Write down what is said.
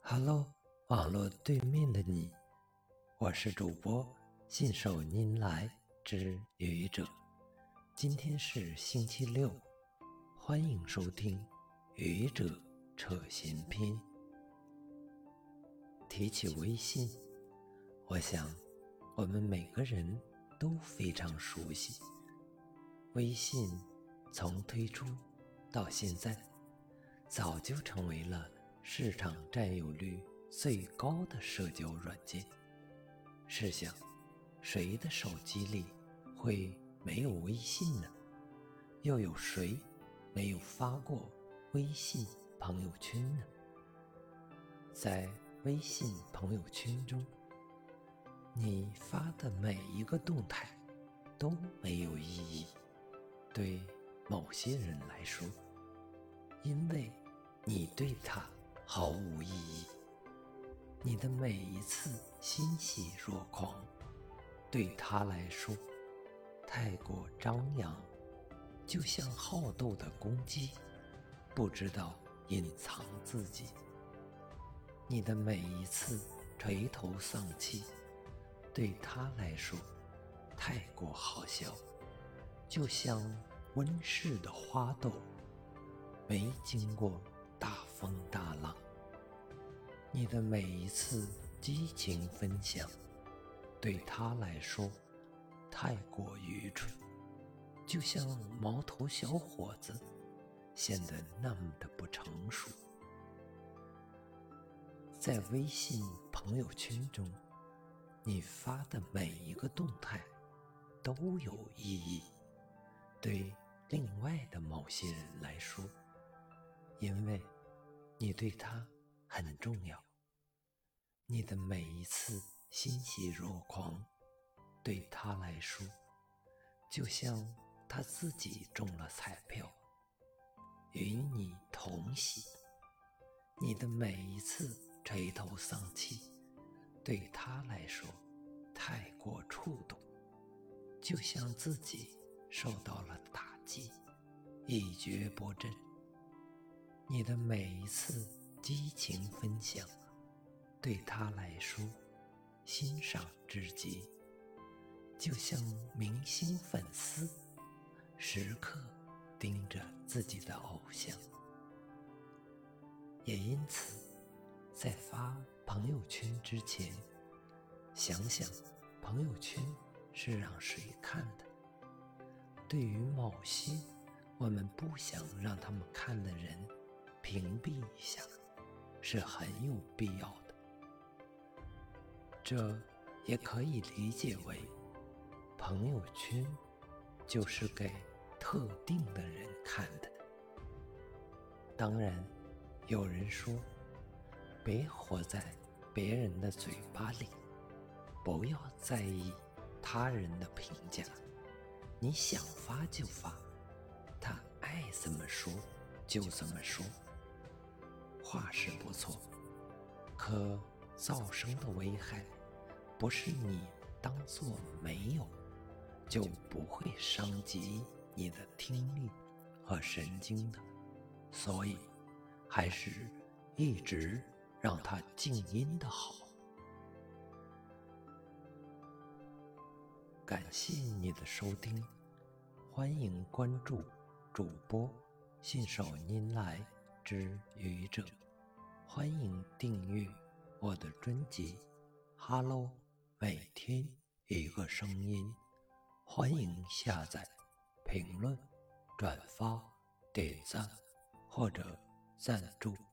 Hello， 网络对面的你，我是主播信手拈来之愚者。今天是星期六，欢迎收听愚者扯闲篇。提起微信，我想我们每个人都非常熟悉。微信从推出到现在，早就成为了市场占有率最高的社交软件。试想，谁的手机里会没有微信呢？又有谁没有发过微信朋友圈呢？在微信朋友圈中，你发的每一个动态都没有意义。对某些人来说，因为你对他毫无意义。你的每一次欣喜若狂，对他来说太过张扬，就像好斗的公鸡，不知道隐藏自己。你的每一次垂头丧气，对他来说太过好笑，就像温室的花朵，没经过大风大浪。你的每一次激情分享，对他来说太过愚蠢，就像毛头小伙子显得那么的不成熟。在微信朋友圈中，你发的每一个动态都有意义。对另外的某些人来说，因为你对他很重要。你的每一次欣喜若狂，对他来说就像他自己中了彩票，与你同喜。你的每一次垂头丧气，对他来说太过触动，就像自己受到了打击，一蹶不振。你的每一次激情分享，对他来说欣赏至极，就像明星粉丝时刻盯着自己的偶像。也因此，在发朋友圈之前，想想朋友圈是让谁看的。对于某些我们不想让他们看的人，屏蔽一下是很有必要的。这也可以理解为，朋友圈就是给特定的人看的。当然，有人说，别活在别人的嘴巴里，不要在意他人的评价，你想发就发，他爱怎么说就怎么说。话是不错，可造成的危害不是你当作没有，就不会伤及你的听力和神经的。所以还是一直让它静音的好。感谢你的收听，欢迎关注主播信手拈来之愚者，欢迎订阅我的专辑 Hello， 每天一个声音，欢迎下载、评论、转发、点赞或者赞助。